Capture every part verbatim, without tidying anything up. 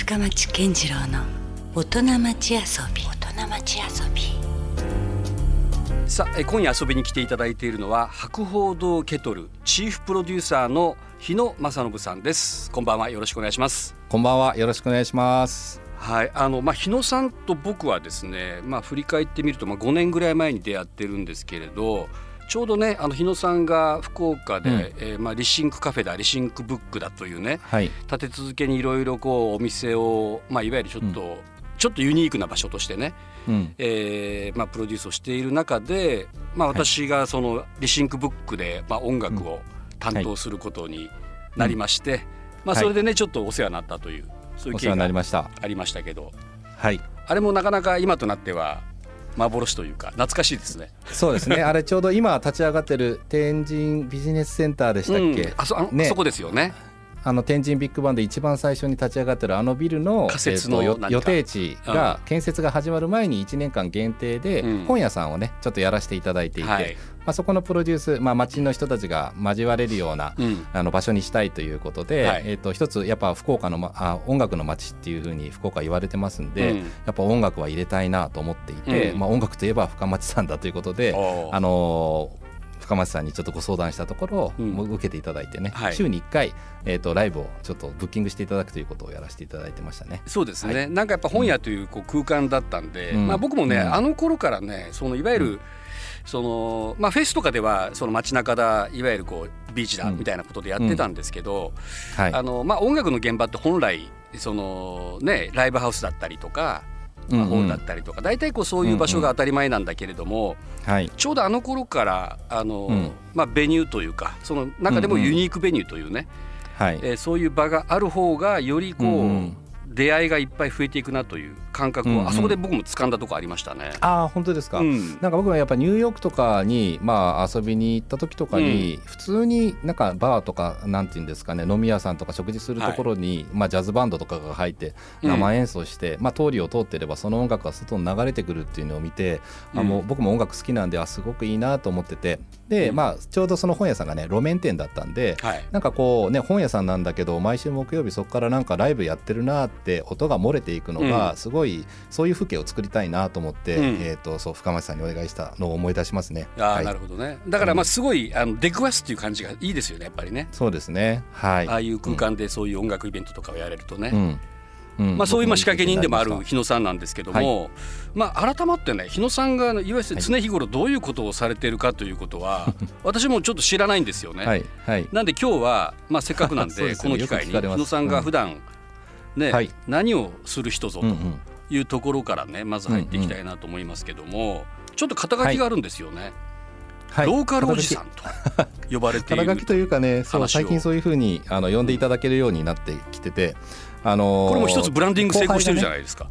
深町健次郎の大人町遊び大人町遊び。 さあ、今夜遊びに来ていただいているのは博報堂ケトルチーフプロデューサーの日野正信さんです。こんばんは、よろしくお願いします。 こんばんは、よろしくお願いします。 はい、あのまあ、日野さんと僕はですね、まあ、振り返ってみると、まあ、ごねんぐらい前に出会ってるんですけれど、ちょうどね、あの日野さんが福岡で、うんえーまあ、リシンクカフェだリシンクブックだというね、はい、立て続けにいろいろお店を、まあ、いわゆるちょっと、うん、ちょっとユニークな場所としてね、うんえーまあ、プロデュースをしている中で、まあ、私がそのリシンクブックで、まあ、音楽を担当することになりまして、はいまあ、それでね、はい、ちょっとお世話になったというそういう経緯がありましたけど、はい、あれもなかなか今となっては幻というか懐かしいですね。 そうですねあれちょうど今立ち上がってる天神ビジネスセンターでしたっけ、うん、 あ そ, あの、ね、そこですよね。 あの天神ビッグバンで一番最初に立ち上がってるあのビルの仮設の、 えー、と予定地が建設が始まる前にいちねんかん限定で本屋さんをねちょっとやらせていただいていて、はいまあ、そこのプロデュース、まあ、町の人たちが交われるような、うん、あの場所にしたいということで、はいえー、と一つやっぱ福岡の、ま、あ音楽の街っていう風に福岡言われてますんで、うん、やっぱ音楽は入れたいなと思っていて、うんまあ、音楽といえば深町さんだということで、あのー深町さんにちょっとご相談したところ、うん、受けていただいてね、はい、週にいっかい、えー、とライブをちょっとブッキングしていただくということをやらせていただいてましたね。 そうですね、はい、なんかやっぱ本屋という、こう空間だったんで、うんまあ、僕もね、うん、あの頃からねそのいわゆる、うんそのまあ、フェスとかではその街中だいわゆるこうビーチだみたいなことでやってたんですけど、うんはいあのまあ、音楽の現場って本来その、ね、ライブハウスだったりとかまあ、ホールだったりとか大体こうそういう場所が当たり前なんだけれども、うんうんはい、ちょうどあの頃からあの、うんまあ、ベニューというかその中でもユニークベニューというね、うんうんえー、そういう場がある方がよりこう、うんうん出会いがいっぱい増えていくなという感覚を、うんうん、あそこで僕も掴んだとこありましたね。 あ本当ですか、うん、なんか僕はやっぱニューヨークとかに、まあ、遊びに行った時とかに、うん、普通になんかバーとかなんていうんですかね飲み屋さんとか食事するところに、はいまあ、ジャズバンドとかが入って生演奏して、うんまあ、通りを通ってればその音楽が外に流れてくるっていうのを見て、うん、あもう僕も音楽好きなんであすごくいいなと思っててで、まあ、ちょうどその本屋さんがね路面店だったんで、はい、なんかこうね本屋さんなんだけど毎週木曜日そこからなんかライブやってるなって音が漏れていくのがすごい、うん、そういう風景を作りたいなと思って、うんえー、とそう深町さんにお願いしたのを思い出しますね。 あ、はい、なるほどね。だからまあすごい、うん、あの出くわすっていう感じがいいですよねやっぱりね。 そうですね、はい、 ああいう空間でそういう音楽イベントとかをやれるとね、うんうんまあ、そういう仕掛け人でもある日野さんなんですけども、はいまあ、改まってね日野さんがいわゆる常日頃どういうことをされているかということは、はい、私もちょっと知らないんですよね、はいはい、なんで今日は、まあ、せっかくなんでね、この機会に日野さんが普段、ねはい、何をする人ぞというところからねまず入っていきたいなと思いますけども、うんうん、ちょっと肩書きがあるんですよね、はい、ローカルおじさんと呼ばれている肩書きというかねそう最近そういうふうにあの呼んでいただけるようになってきてて、あのー、 これも一つブランディング成功してるじゃないですか。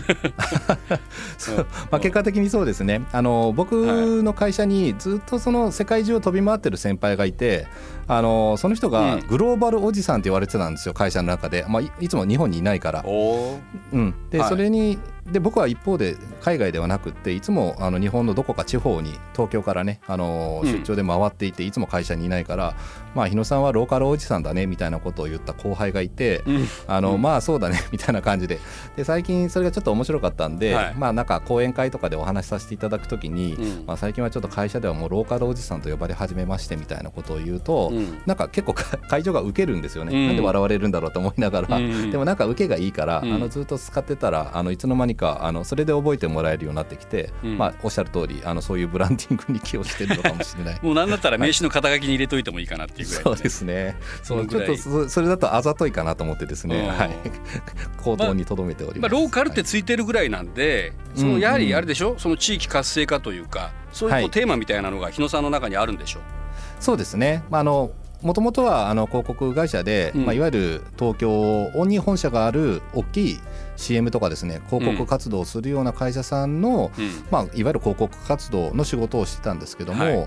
そうまあ、結果的にそうですね。あの僕の会社にずっとその世界中を飛び回ってる先輩がいて、あのその人がグローバルおじさんって言われてたんですよ会社の中で、まあ、い, いつも日本にいないから、うん、で、はい、それにで僕は一方で海外ではなくっていつもあの日本のどこか地方に東京からねあの出張で回っていて、うん、いつも会社にいないから、まあ、日野さんはローカルおじさんだねみたいなことを言った後輩がいて、うん、あのまあそうだねみたいな感じで、で最近それがちょっと面白かったんで、はい、まあなんか講演会とかでお話しさせていただくときに、うんまあ、最近はちょっと会社ではもうローカルおじさんと呼ばれ始めましてみたいなことを言うと、うん、なんか結構会場が受けるんですよね、うん、なんで笑われるんだろうと思いながら、うん、でもなんか受けがいいから、うん、あのずっと使ってたらあのいつの間にかあのそれで覚えてもらえるようになってきて、うんまあ、おっしゃる通りあのそういうブランディングに寄与してるのかもしれないもうなんだったら名刺の肩書きに入れといてもいいかなっていうぐらい、ね、 そうですね。そのちょっと そ, それだとあざといかなと思ってですね、はい、口頭に留めております、 まあまあ、ローカルってついてるぐらいなんで、はい、そのやはりあれでしょ、うんうん、その地域活性化というかそういうこうテーマみたいなのが日野さんの中にあるんでしょう。 そうですね、まあ、あのもともとはあの広告会社で、うんまあ、いわゆる東京に本社がある大きい シーエム とかですね広告活動をするような会社さんの、うんまあ、いわゆる広告活動の仕事をしてたんですけども、はい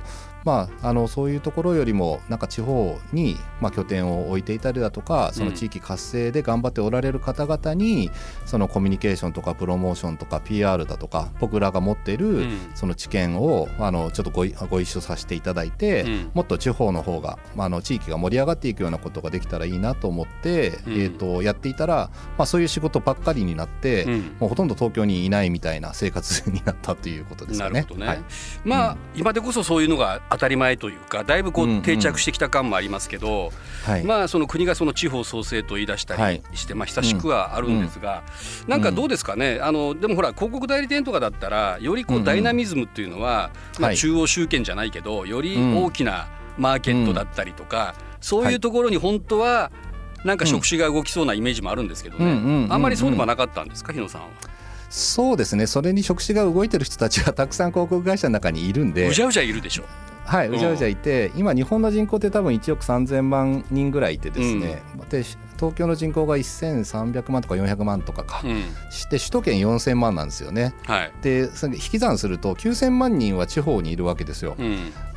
まあ、あのそういうところよりもなんか地方にまあ拠点を置いていたりだとか、その地域活性で頑張っておられる方々にそのコミュニケーションとかプロモーションとか ピーアール だとか僕らが持っているその知見をあのちょっと ご, ご一緒させていただいて、うん、もっと地方の方が、まあ、あの地域が盛り上がっていくようなことができたらいいなと思って、うん、えー、とやっていたら、まあ、そういう仕事ばっかりになって、うん、もうほとんど東京にいないみたいな生活になったということですかね。 なるほどね、 はい、 まあ、うん、今でこそそういうのが当たり前というかだいぶこう定着してきた感もありますけど、うんうん、はい、まあ、その国がその地方創生と言い出したりして、はい、まあ、久しくはあるんですが、うん、なんかどうですかね、あのでもほら広告代理店とかだったらよりこうダイナミズムっていうのは、うんうん、まあ、中央集権じゃないけどより大きなマーケットだったりとか、うん、そういうところに本当はなんか触手が動きそうなイメージもあるんですけどね、うん、あんまりそうでもなかったんですか、日野さんは。 そうですね、それに触手が動いてる人たちがたくさん広告会社の中にいるんで、 うじゃうじゃいるでしょ。 はい、うじゃうじゃいて、今日本の人口って多分いちおくさんぜんまんにんぐらいいてですね、うん、で東京の人口がせんさんびゃくまんとかよんひゃくまんとかか、うん、して首都圏よんせんまんなんですよね、はい、で引き算するときゅうせんまんにんは地方にいるわけですよ、うん、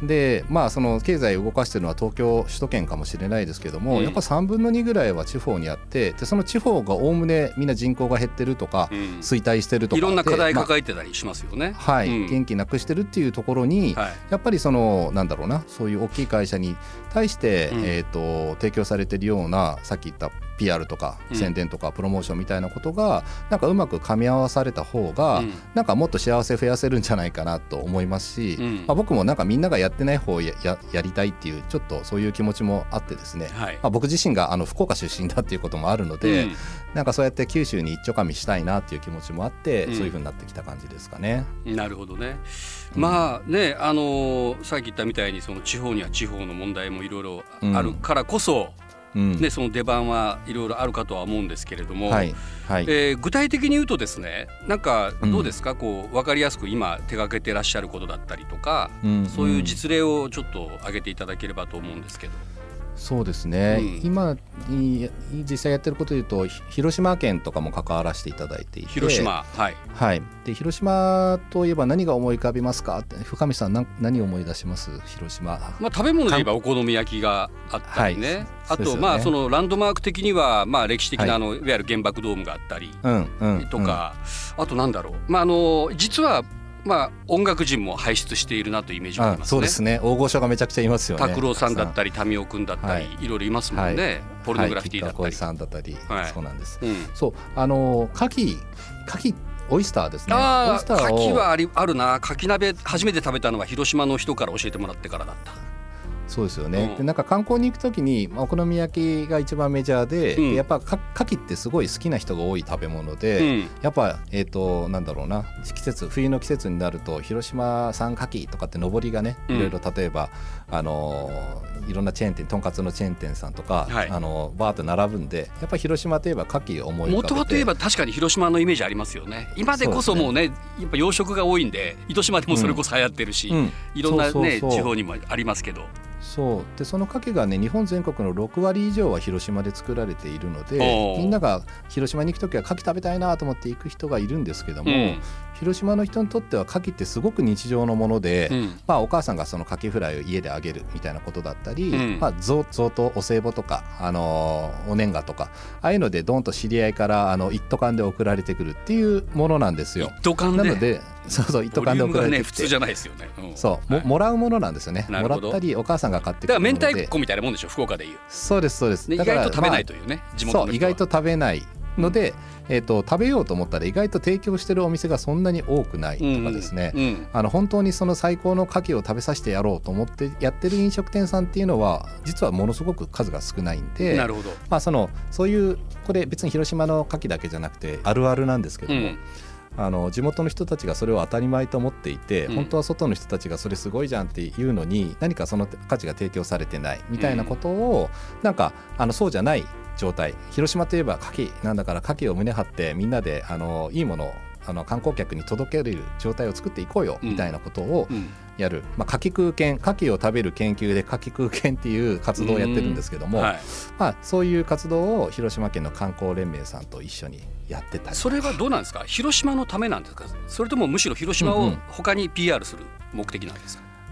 でまあその経済を動かしているのは東京首都圏かもしれないですけども、うん、やっぱさんぶんのにぐらいは地方にあって、でその地方がおおむねみんな人口が減ってるとか、うん、衰退してるとか、 いろんな課題抱えてたりしますよね、 まあ、はい、うん、元気なくしてるっていうところに、はい、やっぱりそのなんだろうな、そういう大きい会社に対して、うん、えーと、提供されているようなさっき言ったピーアール とか宣伝とかプロモーションみたいなことがなんかうまく噛み合わされた方が、うん、なんかもっと幸せ増やせるんじゃないかなと思いますし、うん、まあ、僕もなんかみんながやってない方を や, や, やりたいっていうちょっとそういう気持ちもあってですね、はい、まあ、僕自身があの福岡出身だっていうこともあるので、うん、なんかそうやって九州に一丁かみしたいなっていう気持ちもあって、うん、そういう風になってきた感じですかね。 なるほどね。まあね、あのー、さっき言ったみたいにその地方には地方の問題もいろいろあるからこそ、うん、ね、その出番はいろいろあるかとは思うんですけれども、はいはい、えー、具体的に言うとですね、なんかどうですか、うん、こう分かりやすく今手掛けてらっしゃることだったりとか、うん、そういう実例をちょっと挙げていただければと思うんですけど。 そうですね、うん、今実際やってることでいうと広島県とかも関わらせていただいていて、 広島、はいはい、で広島といえば何が思い浮かびますかって、深見さん何、何を思い出します？広島、 まあ、食べ物で言えばお好み焼きがあったりね、はい、あと、まあ、そのランドマーク的には、まあ、歴史的なあの、はい、いわゆる原爆ドームがあったり、うんうん、とか、うん、あとなんだろう、まあ、あの実はまあ、音楽人も輩出しているなというイメージがありますね。 そうですね、大御所がめちゃくちゃいますよね。 拓郎さんだったり民生君だったり、はい、いろいろいますもんね、はい、ポルノグラフィティだったり、 はい、さんだったり、はい、そうなんです、うん、そう、あの牡蠣牡蠣オイスターですね。 あ、オイスターを牡蠣はありあるな。牡蠣鍋初めて食べたのは広島の人から教えてもらってからだった。 そうですよね、うん、でなんか観光に行くときに、まあ、お好み焼きが一番メジャー で,、うん、でやっぱ牡蠣ってすごい好きな人が多い食べ物で、うん、やっぱ、えーと、なんだろうな、季節冬の季節になると広島産牡蠣とかって上りがね、いろいろ例えば、あのー、いろんなチェーン店、とんかつのチェーン店さんとか、はい、あのー、バーッと並ぶんで、やっぱり広島といえば牡蠣を思い浮かべて、 元はといえば確かに広島のイメージありますよね。今でこそもうね、やっぱ養殖が多いんで糸島でもそれこそ流行ってるし、うん、いろんなね、そうそうそう、地方にもありますけど、 そうでその牡蠣がね、日本全国のろくわり以上は広島で作られているので、みんなが広島に行くときは牡蠣食べたいなと思って行く人がいるんですけども、うん、広島の人にとっては牡蠣ってすごく日常のもので、うん、まあ、お母さんがその牡蠣フライを家で揚げるみたいなことだったり、うん、まあ、贈答お歳暮とか、あのー、お年賀とか、ああいうのでドンと知り合いからあの一斗缶で送られてくるっていうものなんですよ。 一斗缶で、 なのでそうそう、一斗缶で送られてきて、 ね、普通じゃないですよね、うん、 そう、はい、も, もらうものなんですよね。もらったりお母さんが買ってくるもので、 だから明太子みたいなもんでしょ、福岡でいう。 そうですそうです。 だから意外と食べないというね、 まあ、 地元の人はそう、意外と食べないので、うん、えーと、食べようと思ったら意外と提供してるお店がそんなに多くないとかですね、うんうん、あの本当にその最高の牡蠣を食べさせてやろうと思ってやってる飲食店さんっていうのは実はものすごく数が少ないんで、 なるほど、 まあ、そのそういうこれ別に広島の牡蠣だけじゃなくてあるあるなんですけども、うん、あの地元の人たちがそれを当たり前と思っていて、うん、本当は外の人たちがそれすごいじゃんっていうのに何かその価値が提供されてないみたいなことを、うん、なんかあのそうじゃない状態、広島といえば牡蠣なんだから牡蠣を胸張ってみんなであのいいものをあの観光客に届ける状態を作っていこうよみたいなことをやる、うん、まあ、牡蠣空研、牡蠣を食べる研究で牡蠣空研っていう活動をやってるんですけども、はい、まあ、そういう活動を広島県の観光連盟さんと一緒にやってたり。 それはどうなんですか、広島のためなんですか、それともむしろ広島を他に ピーアール する目的なんですか。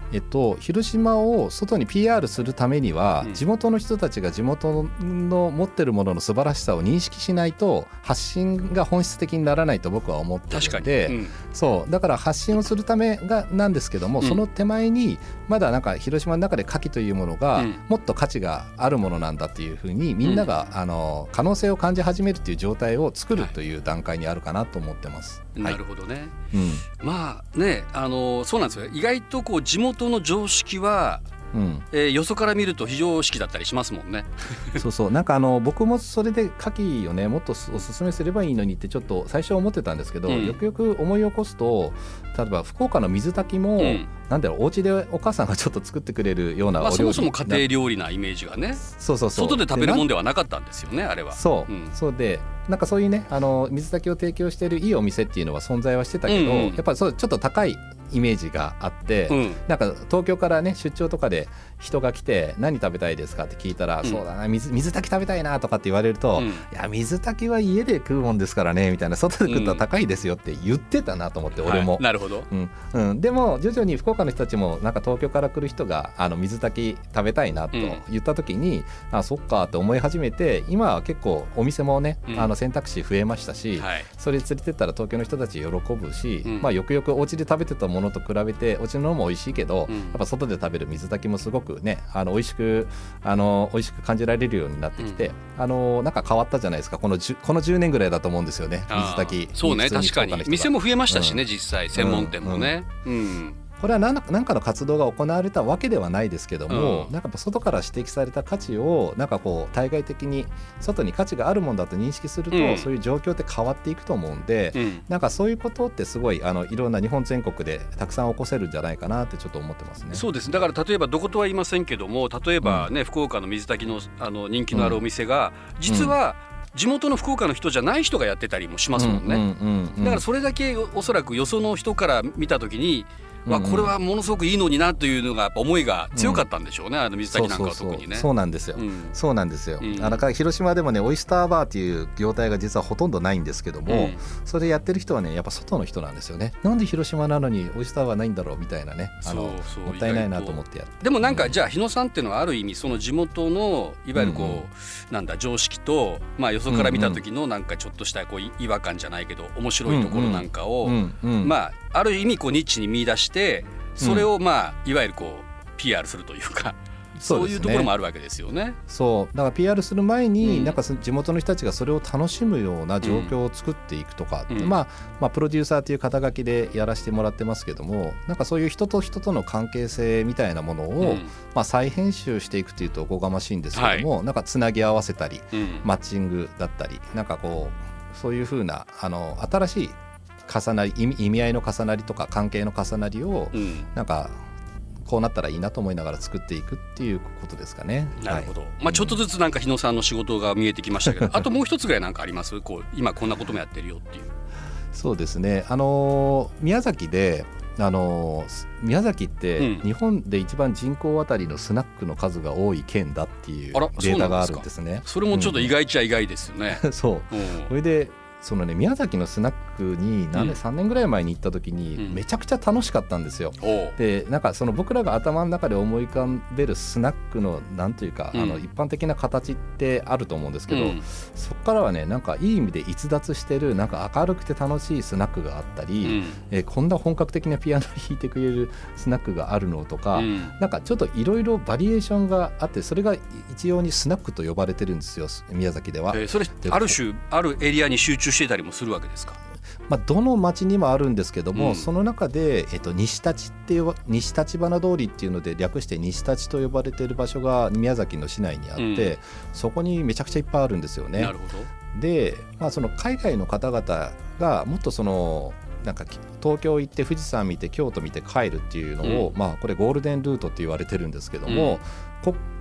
えっと、広島を外に ピーアール するためには、うん、地元の人たちが地元の持ってるものの素晴らしさを認識しないと発信が本質的にならないと僕は思ってるので、うん、そうだから発信をするためがなんですけども、うん、その手前にまだなんか広島の中で牡蠣というものがもっと価値があるものなんだっていうふうにみんなが、うん、あの可能性を感じ始めるという状態を作るという段階にあるかなと思ってます。 はい、なるほどね、 うん、 まあね、あのそうなんですよ。意外とこう地元の常識は、うんえー、よそから見ると非常識だったりしますもんね。 そうそう、なんかあの僕もそれで牡蠣をねもっとおすすめすればいいのにってちょっと最初は思ってたんですけど、うん、よくよく思い起こすと、例えば福岡の水炊きも、うん、なんだろう、お家でお母さんがちょっと作ってくれるようなお料理、 まあ、そもそも家庭料理なイメージがね、 そうそうそう、 外で食べるもんではなかったんですよね、あれは。 そう、うん、そうでなんかそういうね、あの水炊きを提供しているいいお店っていうのは存在はしてたけど、うんうん、やっぱりそうちょっと高いイメージがあって、うん、なんか東京からね出張とかで人が来て何食べたいですかって聞いたら、うん、そうだな 水, 水炊き食べたいなとかって言われると、うん、いや水炊きは家で食うもんですからねみたいな、外で食ったら高いですよって言ってたなと思って、うん、俺も、 はい、なるほど、 うんうん、でも徐々に福岡の人たちもなんか東京から来る人があの水炊き食べたいなと言った時に、うん、あそっかと思い始めて、今は結構お店もね、うん、あの選択肢増えましたし、はい、それ連れてったら東京の人たち喜ぶし、うんまあ、よくよくお家で食べてたものと比べてお家のも美味しいけど、うん、やっぱ外で食べる水炊きもすごくね、あの美味しくあの美味しく感じられるようになってきて、うん、あのなんか変わったじゃないですか、このじゅこのじゅうねんぐらいだと思うんですよね、水炊き。 そうね、確かに店も増えましたしね、うん、実際専門店もね、うんうんうんこれは何かの活動が行われたわけではないですけども、うん、なんか外から指摘された価値をなんかこう対外的に外に価値があるもんだと認識すると、うん、そういう状況って変わっていくと思うんで、うん、なんかそういうことってすごいあのいろんな日本全国でたくさん起こせるんじゃないかなってちょっと思ってますね。 そうです。だから例えばどことは言いませんけども、例えばね、うん、福岡の水炊き の, あの人気のあるお店が、うん、実は、地元の福岡の人じゃない人がやってたりもしますもんね、うんうんうんうん、だからそれだけおそらくよその人から見たときに、うんうん、これはものすごくいいのになというのがやっぱ思いが強かったんでしょうね、うん、あの水炊きなんかは特にね。 そうなんですよ、うん、そうなんですよ、うん、あの広島でもねオイスターバーっていう業態が実はほとんどないんですけども、うん、それでやってる人はねやっぱ外の人なんですよね。なんで広島なのにオイスターバーないんだろうみたいなね、あのそうそうもったいないなと思ってやって。 でもなんか、うん、じゃあ日野さんっていうのはある意味その地元のいわゆるこう、うんうん、なんだ常識と、まあ、よそから見た時のなんかちょっとしたこう違和感じゃないけど面白いところなんかを、うんうん、まあある意味こうニッチに見出してそれをまあいわゆるこう ピーアール するというか、そういうところもあるわけですよね。 そうだから ピーアール する前に、うん、なんか地元の人たちがそれを楽しむような状況を作っていくとか、うんまあ、まあプロデューサーという肩書きでやらせてもらってますけども、なんかそういう人と人との関係性みたいなものを、うんまあ、再編集していくというとおこがましいんですけども、はい、なんかつなぎ合わせたり、うん、マッチングだったり、なんかこうそういうふうなあの新しい重なり 意, 意味合いの重なりとか関係の重なりを、うん、なんかこうなったらいいなと思いながら作っていくっていうことですかね。 なるほど、はいまあ、ちょっとずつなんか日野さんの仕事が見えてきましたけどあともう一つぐらいなんかありますこう今こんなこともやってるよっていう。 そうですね、あのー、宮崎であのー、宮崎って日本で一番人口あたりのスナックの数が多い県だっていうデータがあるんですね。 それもちょっと意外っちゃ意外ですよね、 うん、そう、うん、それでそのね、宮崎のスナックに何年、うん、さんねんぐらい前に行った時にめちゃくちゃ楽しかったんですよ、うん、でなんかその僕らが頭の中で思い浮かべるスナックのなんというか、うん、あの一般的な形ってあると思うんですけど、うん、そこからはねなんかいい意味で逸脱してるなんか明るくて楽しいスナックがあったり、うんえー、こんな本格的なピアノを弾いてくれるスナックがあるのとか、うん、なんかちょっといろいろバリエーションがあって、それが一様にスナックと呼ばれてるんですよ宮崎では、えー、 それある種あるエリアに集中してたりもするわけですか。 まあ、どの町にもあるんですけども、うん、その中で、えっと、西立っていう西立花通りっていうので略して西立と呼ばれている場所が宮崎の市内にあって、うん、そこにめちゃくちゃいっぱいあるんですよね。 なるほど。 で、まあ、その海外の方々がもっとそのなんか東京行って富士山見て京都見て帰るっていうのを、うんまあ、これゴールデンルートって言われてるんですけども、うん、こ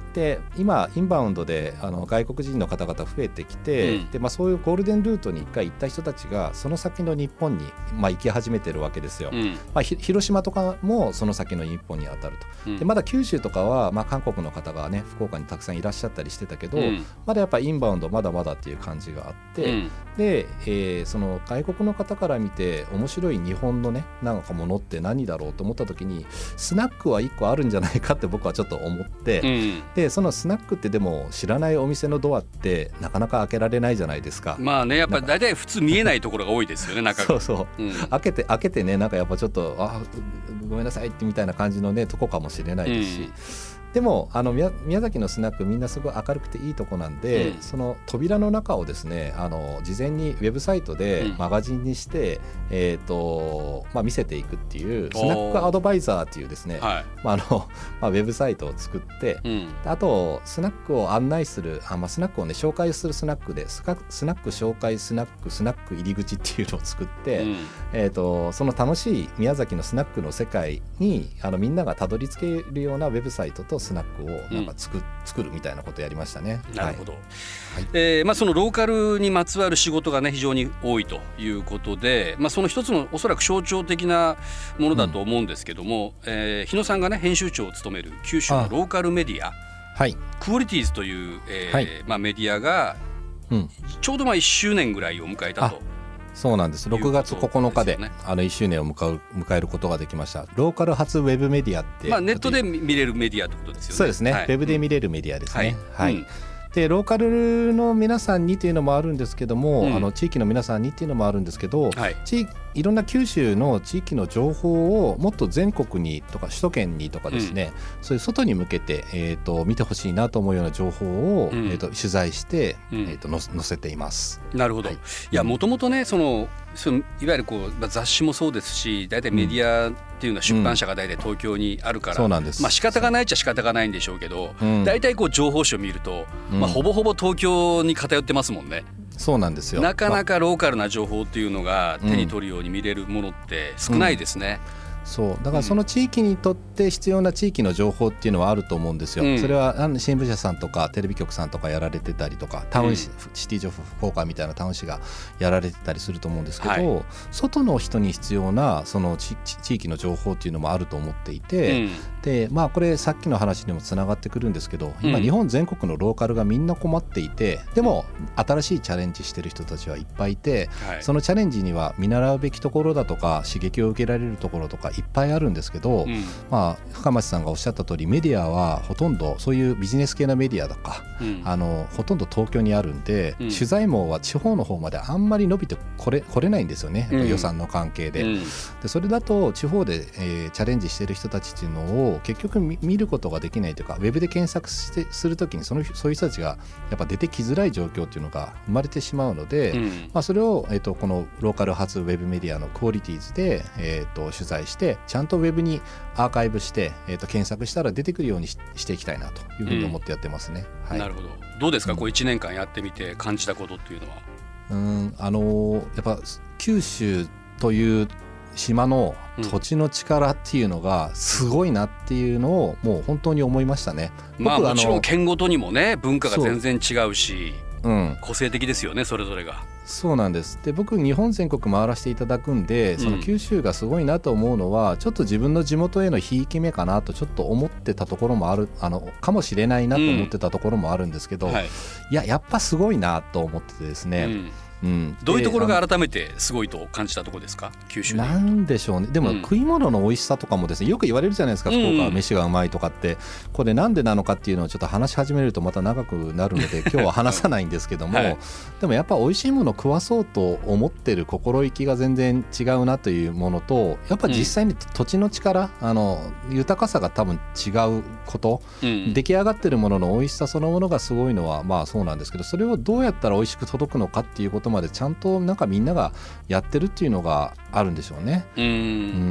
で今インバウンドであの外国人の方々増えてきて、うん、でまあ、そういうゴールデンルートに一回行った人たちがその先の日本に、まあ、行き始めてるわけですよ、うん、まあ、広島とかもその先の日本に当たると、うん、でまだ九州とかは、まあ、韓国の方がね福岡にたくさんいらっしゃったりしてたけど、うん、まだやっぱインバウンドまだまだっていう感じがあって、うん、で、えー、その外国の方から見て面白い日本のねなんかものって何だろうと思った時にスナックはいっこあるんじゃないかって僕はちょっと思って、うん、でそのスナックってでも知らないお店のドアってなかなか開けられないじゃないですか。 まあね、やっぱ大体普通見えないところが多いですよね中がそうそう、うん、開けて開けてねなんかやっぱちょっとあごめんなさいってみたいな感じのねとこかもしれないですし、うん、でもあの 宮, 宮崎のスナックみんなすごい明るくていいとこなんで、うん、その扉の中をですねあの事前にウェブサイトでマガジンにして、うん、えーとまあ、見せていくっていうスナックアドバイザーっていうですね、はい、まああのまあ、ウェブサイトを作って、うん、あとスナックを案内するあ、まあ、スナックをね紹介するスナックでスナック紹介スナックスナック入り口っていうのを作って、うん、えーとその楽しい宮崎のスナックの世界にあのみんながたどり着けるようなウェブサイトとスナックをなんか 作,、うん、作るみたいなことをやりましたね。 なるほど、はいえーまあ、そのローカルにまつわる仕事がね非常に多いということで、まあ、その一つのおそらく象徴的なものだと思うんですけども、うんえー、日野さんがね編集長を務める九州のローカルメディア、はい、クオリティーズという、えーはいまあ、メディアが、うん、ちょうどまあいっしゅうねんぐらいを迎えたと。 そうなんです。ろくがつここのかで、ね、あのいっしゅうねんを迎え、迎えることができました。ローカル発ウェブメディアって、 まあ、ネットで見れるメディアってことですよね。 そうですね、はい、ウェブで見れるメディアですね、うんはいはいうんでローカルの皆さんにというのもあるんですけども、うん、あの地域の皆さんにというのもあるんですけど、はい、地いろんな九州の地域の情報をもっと全国にとか首都圏にとかですね、うん、そういう外に向けて、えー、と見てほしいなと思うような情報を、うんえー、と取材して、うんえー、との載せています。 なるほど、はい、いやもともとねそのそのいわゆるこう雑誌もそうですし大体メディアっていうのは出版社が大体東京にあるから、うん、そうなんです。まあ仕方がないっちゃ仕方がないんでしょうけど、うん、大体こう情報誌を見ると、うんまあ、ほぼほぼ東京に偏ってますもんね。 そうなんですよ。 なかなかローカルな情報っていうのが手に取るように見れるものって少ないですね、 うんそうだからその地域にとって必要な地域の情報っていうのはあると思うんですよ、うん、それはあの新聞社さんとかテレビ局さんとかやられてたりとかタウンシ、うん、シティ情報福岡みたいなタウン誌がやられてたりすると思うんですけど、はい、外の人に必要なその地域の情報っていうのもあると思っていて、うん、でまあこれさっきの話にもつながってくるんですけど今日本全国のローカルがみんな困っていてでも新しいチャレンジしてる人たちはいっぱいいて、はい、そのチャレンジには見習うべきところだとか刺激を受けられるところとかいっぱいあるんですけど、うんまあ、深町さんがおっしゃった通りメディアはほとんどそういうビジネス系のメディアとか、うん、あのほとんど東京にあるんで、うん、取材網は地方の方まであんまり伸びてこれ、これないんですよね、うん、予算の関係で、うん、でそれだと地方で、えー、チャレンジしている人たちっていうのを結局 見, 見ることができないというかウェブで検索してするときにそのそういう人たちがやっぱ出てきづらい状況っていうのが生まれてしまうので、うんまあ、それを、えー、とこのローカル発ウェブメディアのクオリティーズで、えー、と取材してちゃんとウェブにアーカイブして、えー、と検索したら出てくるように し, していきたいなというふうに思ってやってますね、 うんはい、なるほど。どうですか、うん、こういちねんかんやってみて感じたことっていうのは。 うんあのー、やっぱ九州という島の土地の力っていうのがすごいなっていうのをもう本当に思いましたね、 うん、まあもちろん県ごとにもね文化が全然違うしうん、個性的ですよねそれぞれが。 そうなんです。で僕日本全国回らせていただくんでその九州がすごいなと思うのは、うん、ちょっと自分の地元へのひいき目かなとちょっと思ってたところもあるあのかもしれないなと思ってたところもあるんですけど、うんはい、いややっぱすごいなと思っててですね、うんうん、どういうところが改めてすごいと感じたところですか九州で。 なんでしょうね。でも食い物の美味しさとかもですねよく言われるじゃないですか、福岡は飯がうまいとかって、これなんでなのかっていうのをちょっと話し始めるとまた長くなるので今日は話さないんですけども、はい、でもやっぱ美味しいものを食わそうと思ってる心意気が全然違うなというものとやっぱ実際に土地の力、うん、あの豊かさが多分違うこと、うん、出来上がってるものの美味しさそのものがすごいのはまあそうなんですけどそれをどうやったら美味しく届くのかっていうことまでちゃんとなんかみんながやってるっていうのがあるんでしょうね。うん、うん、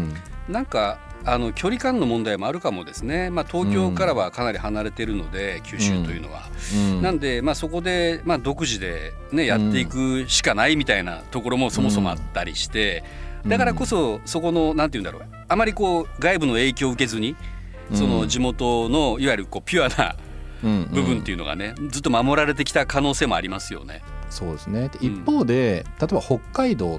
なんかあの距離感の問題もあるかもですね、まあ、東京からはかなり離れているので、うん、九州というのは、うん、なんで、まあ、そこで、まあ、独自で、ね、やっていくしかないみたいなところもそもそもあったりして、うん、だからこそそこのなんていうんだろうあまりこう外部の影響を受けずにその地元のいわゆるこうピュアな部分っていうのがね、ずっと守られてきた可能性もありますよね。 そうですね。で一方で、うん、例えば北海道って、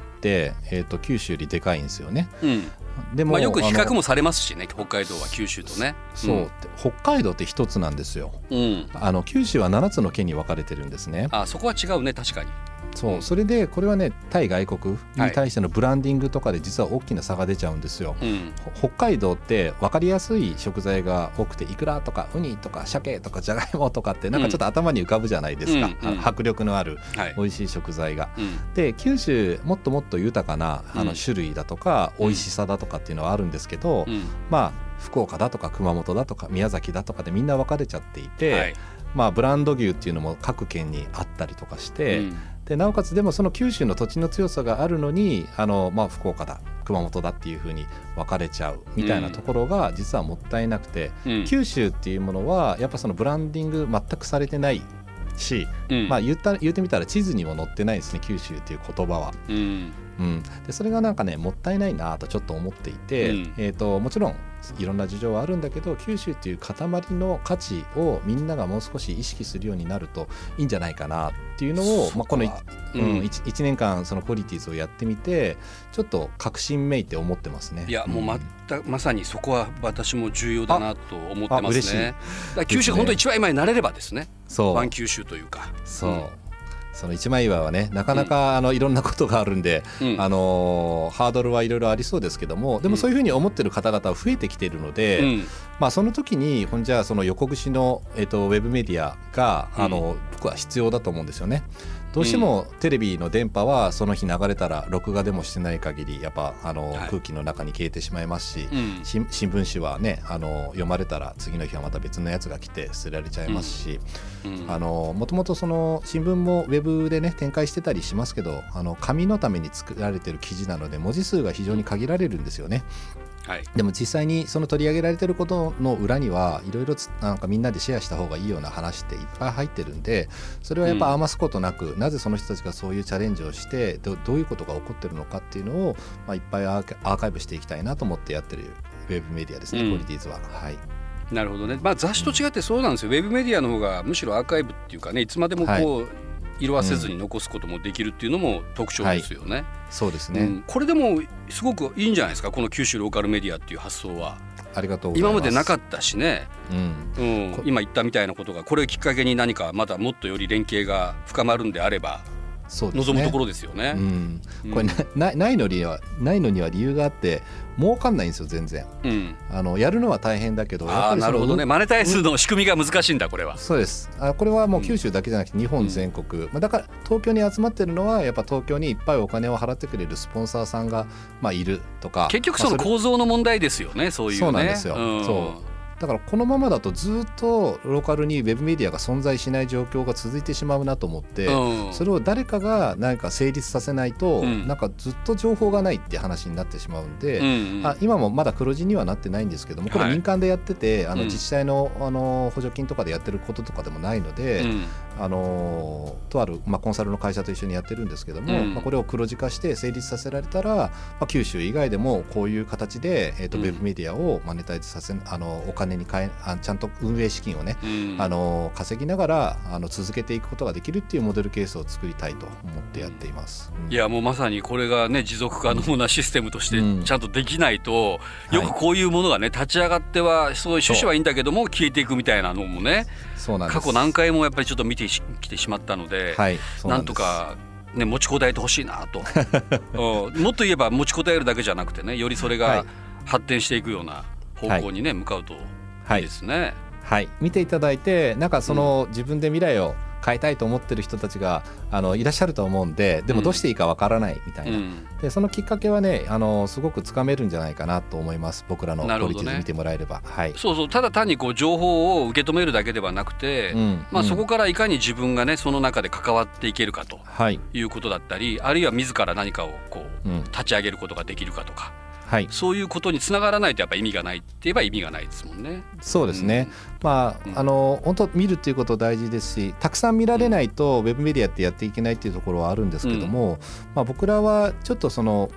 えーと、九州よりでかいんですよね。 うんでもまあ、よく比較もされますしね、北海道は九州とね。 そう、うん、北海道って一つなんですよ、うん、あの九州はななつの県に分かれてるんですね。 あ、そこは違うね、確かに。 そう、それでこれはね、対外国に対してのブランディングとかで実は大きな差が出ちゃうんですよ、はい。うん、北海道って分かりやすい食材が多くて、イクラとかウニとか鮭とかジャガイモとかってなんかちょっと頭に浮かぶじゃないですか、うん、迫力のある美味しい食材が、はい。うん、で九州もっともっと豊かなあの種類だとか美味しさだとかっていうのはあるんですけど、うん、まあ福岡だとか熊本だとか宮崎だとかでみんな分かれちゃっていて、はい、まあブランド牛っていうのも各県にあったりとかして、うん、でなおかつでもその九州の土地の強さがあるのにあの、まあ、福岡だ熊本だっていう風に分かれちゃうみたいなところが実はもったいなくて、うん、九州っていうものはやっぱそのブランディング全くされてないし、うん、まあ言った言ってみたら地図にも載ってないですね、九州っていう言葉は。うんうん、でそれがなんかねもったいないなとちょっと思っていて、うん、えーと、もちろんいろんな事情はあるんだけど、九州っていう塊の価値をみんながもう少し意識するようになるといいんじゃないかなっていうのを、まあ、この 1,、うん、いちねんかんそのクオリティーズをやってみてちょっと確信めいて思ってますね。 いやもう ま, たまさにそこは私も重要だなと思ってますね。嬉しい。だから九州が本当に一番今になれればですね、そうワン九州というか、 そう、うん、その一枚岩はねなかなか、うん、あのいろんなことがあるんで、うん、あのハードルはいろいろありそうですけども、でもそういうふうに思ってる方々は増えてきているので、うん、まあ、その時にほんじゃその横串の、えーと、ウェブメディアがあの、うん、僕は必要だと思うんですよね。どうしてもテレビの電波はその日流れたら録画でもしてない限りやっぱあの空気の中に消えてしまいますし、うん、新聞紙はねあの読まれたら次の日はまた別のやつが来て捨てられちゃいますし、うんうん、あのもともとその新聞もウェブでね展開してたりしますけど、あの紙のために作られてる記事なので文字数が非常に限られるんですよね。はい、でも実際にその取り上げられてることの裏にはいろいろなんかみんなでシェアした方がいいような話っていっぱい入ってるんで、それはやっぱ余すことなく、うん、なぜその人たちがそういうチャレンジをして ど, どういうことが起こってるのかっていうのを、まあ、いっぱいアーカイブしていきたいなと思ってやってるウェブメディアですね、うん、クオリティーズは。はい、 なるほどね。まあ、雑誌と違ってそうなんですよ、うん、ウェブメディアの方がむしろアーカイブっていうかね、いつまでもこう、はい、色あせずに残すこともできるっていうのも特徴ですよね。はい、 そうですね、うん、 これでもすごくいいんじゃないですか、この九州ローカルメディアっていう発想は。 ありがとうございます。 今までなかったしね、うんうん、今言ったみたいなことがこれをきっかけに何かまだもっとより連携が深まるんであればそうですね、望むところですよね。うん、 これ な, ないのにはないのには理由があって儲かんないんですよ全然、うん、あのやるのは大変だけど、やっぱりなるほどね、マネタイズの仕組みが難しいんだこれは。 そうです。あこれはもう九州だけじゃなくて日本全国、うんまあ、だから東京に集まってるのはやっぱ東京にいっぱいお金を払ってくれるスポンサーさんが、まあ、いるとか、 結局その構造の問題ですよね、そういうね。 そうなんですよ、うん、そうだからこのままだとずっとローカルにウェブメディアが存在しない状況が続いてしまうなと思って、うん、それを誰かが何か成立させないと、うん、なんかずっと情報がないって話になってしまうんで、うんうん、あ今もまだ黒字にはなってないんですけども、これ民間でやってて、はい、あの自治体の、あの補助金とかでやってることとかでもないので、うんあのとある、まあ、コンサルの会社と一緒にやってるんですけども、うんまあ、これを黒字化して成立させられたら、まあ、九州以外でもこういう形で、えーとうん、ウェブメディアをマネタイズさせあのお金に変えあちゃんと運営資金をね、うん、あの稼ぎながらあの続けていくことができるっていうモデルケースを作りたいと思ってやっています、 うん、いやもうまさにこれがね持続可能なシステムとしてちゃんとできないと、うん、よくこういうものがね立ち上がってはすごい趣旨はいいんだけども消えていくみたいなのもね、 そうなんです。 過去何回もやっぱりちょっと見てきてしまったので、はい、な, なんとか、ね、持ちこたえてほしいなとうん、もっと言えば持ちこたえるだけじゃなくてね、よりそれが発展していくような方向にね、はい、向かうといいですね。はいはい、見ていただいてなんかその、うん、自分で未来を変えたいと思ってる人たちがあのいらっしゃると思うんで、でもどうしていいかわからないみたいな、うん、でそのきっかけはねあのすごくつかめるんじゃないかなと思います。僕らのクオリティで見てもらえれば、はい、 そうそう、ただ単にこう情報を受け止めるだけではなくて、うんまあ、そこからいかに自分がねその中で関わっていけるかということだったり、はい、あるいは自ら何かをこう、うん、立ち上げることができるかとか、はい、そういうことにつながらないとやっぱ意味がないって言えば意味がないですもんね。 そうですね、うん、まあ、うん、あの本当見るっていうこと大事ですし、たくさん見られないとウェブメディアってやっていけないっていうところはあるんですけども、うんまあ、僕らはちょっとその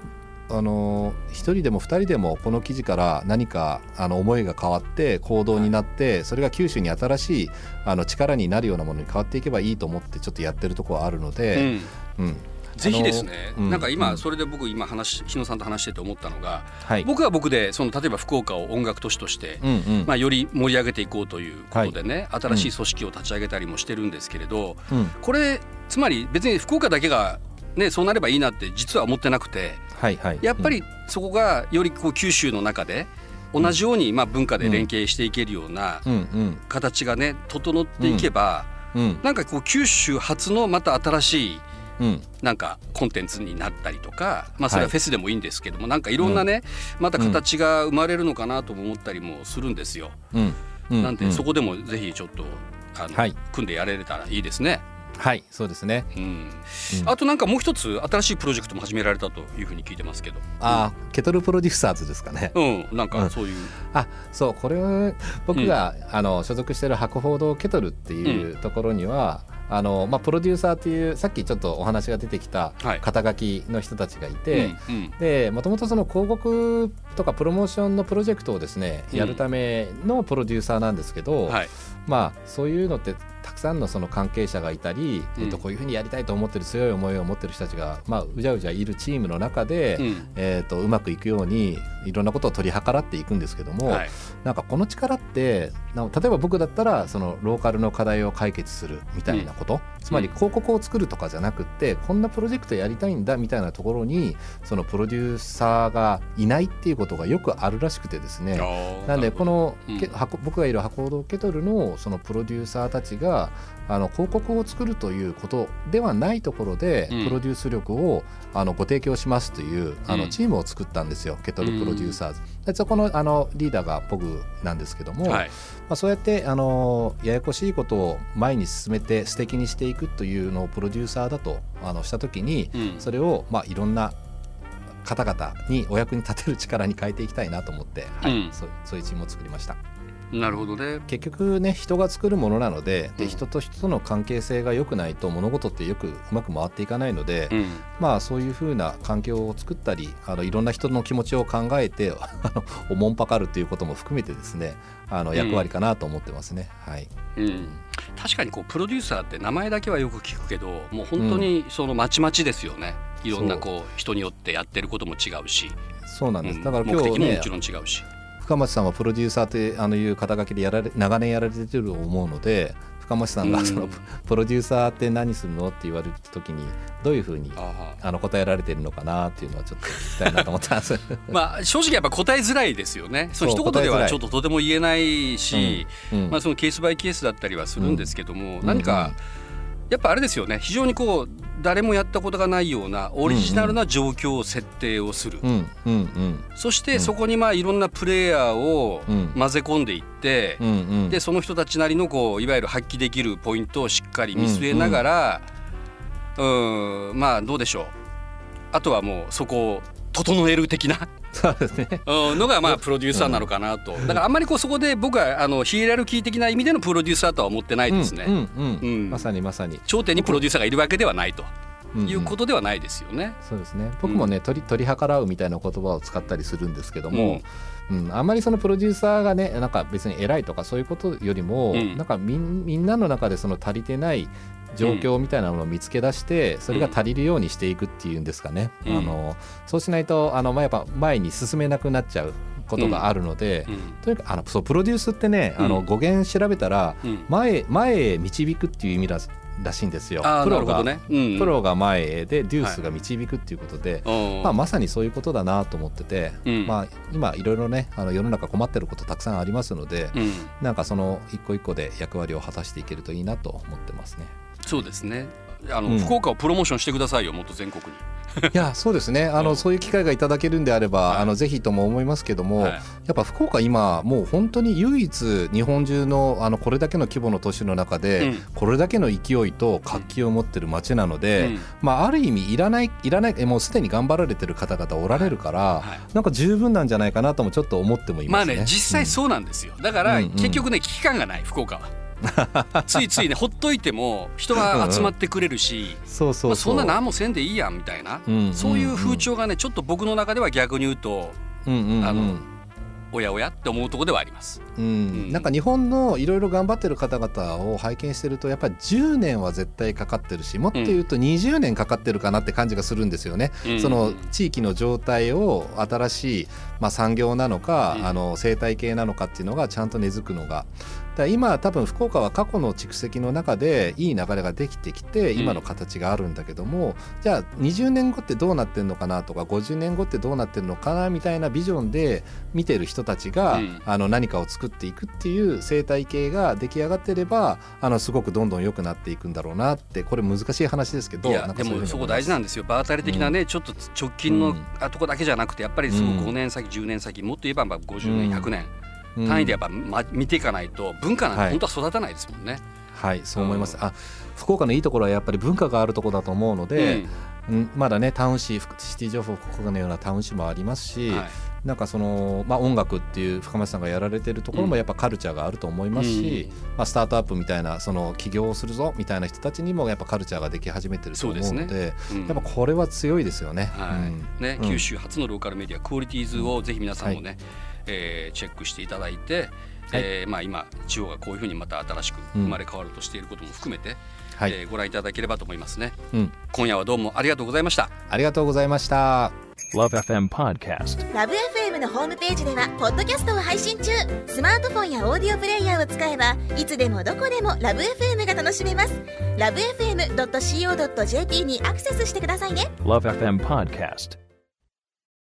あのひとりでもふたりでもこの記事から何かあの思いが変わって行動になって、はい、それが九州に新しいあの力になるようなものに変わっていけばいいと思ってちょっとやってるところはあるので、うんうんぜひですね、 うん、 なんか今それで僕今話日野さんと話してて思ったのが、 はい、 僕は僕でその例えば福岡を音楽都市として、 うんうんまあ、より盛り上げていこうということでね、 はい、 新しい組織を立ち上げたりもしてるんですけれど、 うん、 これつまり別に福岡だけが、ね、そうなればいいなって実は思ってなくて、 はいはい、 やっぱりそこがよりこう九州の中で同じようにまあ文化で連携していけるような形がね整っていけば、 うんうん、 なんかこう九州初のまた新しいうん、 なんかコンテンツになったりとか、まあ、それはフェスでもいいんですけども、はい、なんかいろんなね、うん、また形が生まれるのかなとも思ったりもするんですよ、 うんうん、 なんでそこでもぜひちょっとあの、はい、組んでやれたらいいですね。 はいそうですね、 うんうん、あとなんかもう一つ新しいプロジェクトも始められたというふうに聞いてますけど、 あ、うん、ケトルプロデューサーズですかね。 うんなんかそういう、うん、 あそうこれは僕が、うん、あの所属している博報堂ケトルっていうところには、うんあのまあ、プロデューサーというさっきちょっとお話が出てきた肩書きの人たちがいて、はいうんうん、でもともとその広告とかプロモーションのプロジェクトをですね、うん、やるためのプロデューサーなんですけど、はい、まあそういうのってたくさんのその関係者がいたり、うんえっと、こういうふうにやりたいと思ってる強い思いを持ってる人たちが、まあ、うじゃうじゃいるチームの中で、うんえっと、うまくいくようにいろんなことを取り計らっていくんですけども、はい、なんかこの力って例えば僕だったらそのローカルの課題を解決するみたいなこと、うん、つまり広告を作るとかじゃなくってこんなプロジェクトやりたいんだみたいなところにそのプロデューサーがいないっていうことがよくあるらしくてですね、なんでこの、うん、僕がいる博報堂ケトルのそのプロデューサーたちがあの広告を作るということではないところでプロデュース力をあのご提供しますというあのチームを作ったんですよ、ケトルプロデューサーズ。でそこのあのリーダーが僕なんですけども、はいまあ、そうやってあのややこしいことを前に進めて素敵にしていくというのをプロデューサーだとあのしたときに、うん、それをまあいろんな方々にお役に立てる力に変えていきたいなと思って、はいうん、そう、そういうチームを作りました。 なるほどね。 結局ね人が作るものなの で, で人と人との関係性が良くないと物事ってよくうまく回っていかないので、うん、まあそういう風な環境を作ったりあのいろんな人の気持ちを考えておもんぱかるということも含めてですねあの役割かなと思ってますね、うんはいうん、確かにこうプロデューサーって名前だけはよく聞くけどもう本当にそのまちまちですよね、うん、いろんなこう人によってやってることも違うしそうなんです、うん、だから今日、ね、目的ももちろん違うし深町さんはプロデューサーというあのいう肩書きでやられ長年やられてると思うので深町さんがその、うん、プロデューサーって何するのって言われた時にどういうふうにあの答えられてるのかなっていうのはちょっと聞きたいなと思ったんですまあ正直やっぱ答えづらいですよね。その一言ではちょっととても言えないし、うんうんまあ、そのケースバイケースだったりはするんですけども、うん、何かやっぱあれですよね非常にこう誰もやったことがないようなオリジナルな状況を設定をする、うんうんうん、そしてそこにまあいろんなプレイヤーを混ぜ込んでいって、うんうん、でその人たちなりのこういわゆる発揮できるポイントをしっかり見据えながら、うんうん、まあどうでしょうあとはもうそこを整える的なそうですね、 のがまあプロデューサーなのかなと。だからあんまりこうそこで僕はあのヒエラルキー的な意味でのプロデューサーとは思ってないですね、うんうんうん、 まさにまさに頂点にプロデューサーがいるわけではないということではないですよね、うんうん、 そうですね。僕もね、うん、取り取り計らうみたいな言葉を使ったりするんですけども、うんうん、あんまりそのプロデューサーがねなんか別に偉いとかそういうことよりも、うん、なんかみん、みんなの中でその足りてない状況みたいなものを見つけ出してそれが足りるようにしていくっていうんですかね、うん、あのそうしないとあの、まあ、やっぱ前に進めなくなっちゃうことがあるので、うん、とにかくあのそうプロデュースってね、うん、あの語源調べたら、うん、前, 前へ導くっていう意味だらしいんですよ。プロが、ねうん、プロが前へでデュースが導くっていうことで、はいまあ、まさにそういうことだなと思ってて、うんまあ、今いろいろねあの世の中困ってることたくさんありますので、うん、なんかその一個一個で役割を果たしていけるといいなと思ってますね。 そうですね。あの、うん、福岡をプロモーションしてくださいよもっと全国にいやそうですねあの、うん、そういう機会がいただけるんであれば、はい、あのぜひとも思いますけども、はい、やっぱ福岡今もう本当に唯一日本中 の, あのこれだけの規模の都市の中で、うん、これだけの勢いと活気を持ってる街なので、うんまあ、ある意味いらないいらないもうすでに頑張られてる方々おられるから、はいはい、なんか十分なんじゃないかなともちょっと思ってもいますね。 まあね実際そうなんですよ、うん、だから、うんうん、結局ね危機感がない福岡はついついねほっといても人が集まってくれるし、 そうそうそう、 まあ、そんな何もせんでいいやんみたいな、 うんうんうん、 そういう風潮がねちょっと僕の中では逆に言うと、 うんうんうん、 あのおやおやって思うところではあります、 うんうん、なんか日本のいろいろ頑張ってる方々を拝見してるとやっぱりじゅうねんは絶対かかってるし、もっと言うとにじゅうねんかかってるかなって感じがするんですよね、うん、その地域の状態を新しい、まあ、産業なのか、うん、あの生態系なのかっていうのがちゃんと根付くのが、だ今多分福岡は過去の蓄積の中でいい流れができてきて今の形があるんだけども、うん、じゃあにじゅうねんごってどうなってるのかなとかごじゅうねんごってどうなってるのかなみたいなビジョンで見てる人たちが、うん、あの何かを作っていくっていう生態系が出来上がってればあのすごくどんどん良くなっていくんだろうなって、これ難しい話ですけど、 いやでもそこ大事なんですよ。場当たり的なね、うん、ちょっと直近のとこだけじゃなくてやっぱりそのごねん先じゅうねん先もっと言えばごじゅうねんひゃくねん単位でやっぱ、ま、見ていかないと文化なんて本当は育たないですもんね。 はい、はい、そう思います、うん、あ福岡のいいところはやっぱり文化があるところだと思うので、うん、まだねタウン市シティ情報福岡のようなタウン市もありますし、はい、なんかその、まあ、音楽っていう深町さんがやられてるところもやっぱカルチャーがあると思いますし、うんまあ、スタートアップみたいなその起業をするぞみたいな人たちにもやっぱカルチャーができ始めてると思うの で, うで、ねうん、やっぱこれは強いですよね、 はいうんねうん、九州初のローカルメディアクオリティーズをぜひ皆さんもね、はいえー、チェックしていただいて、はいえーまあ、今地方がこういうふうにまた新しく生まれ変わろうとしていることも含めて、うんえー、ご覧いただければと思いますね、うん、今夜はどうもありがとうございました。 ありがとうございました。 ラブ エフエム Podcast ラブ エフエム のホームページではポッドキャストを配信中。スマートフォンやオーディオプレイヤーを使えばいつでもどこでもラブ エフエム が楽しめます。 ラブエフエムドットシーオードットジェーピー にアクセスしてくださいね。 ラブ エフエム Podcast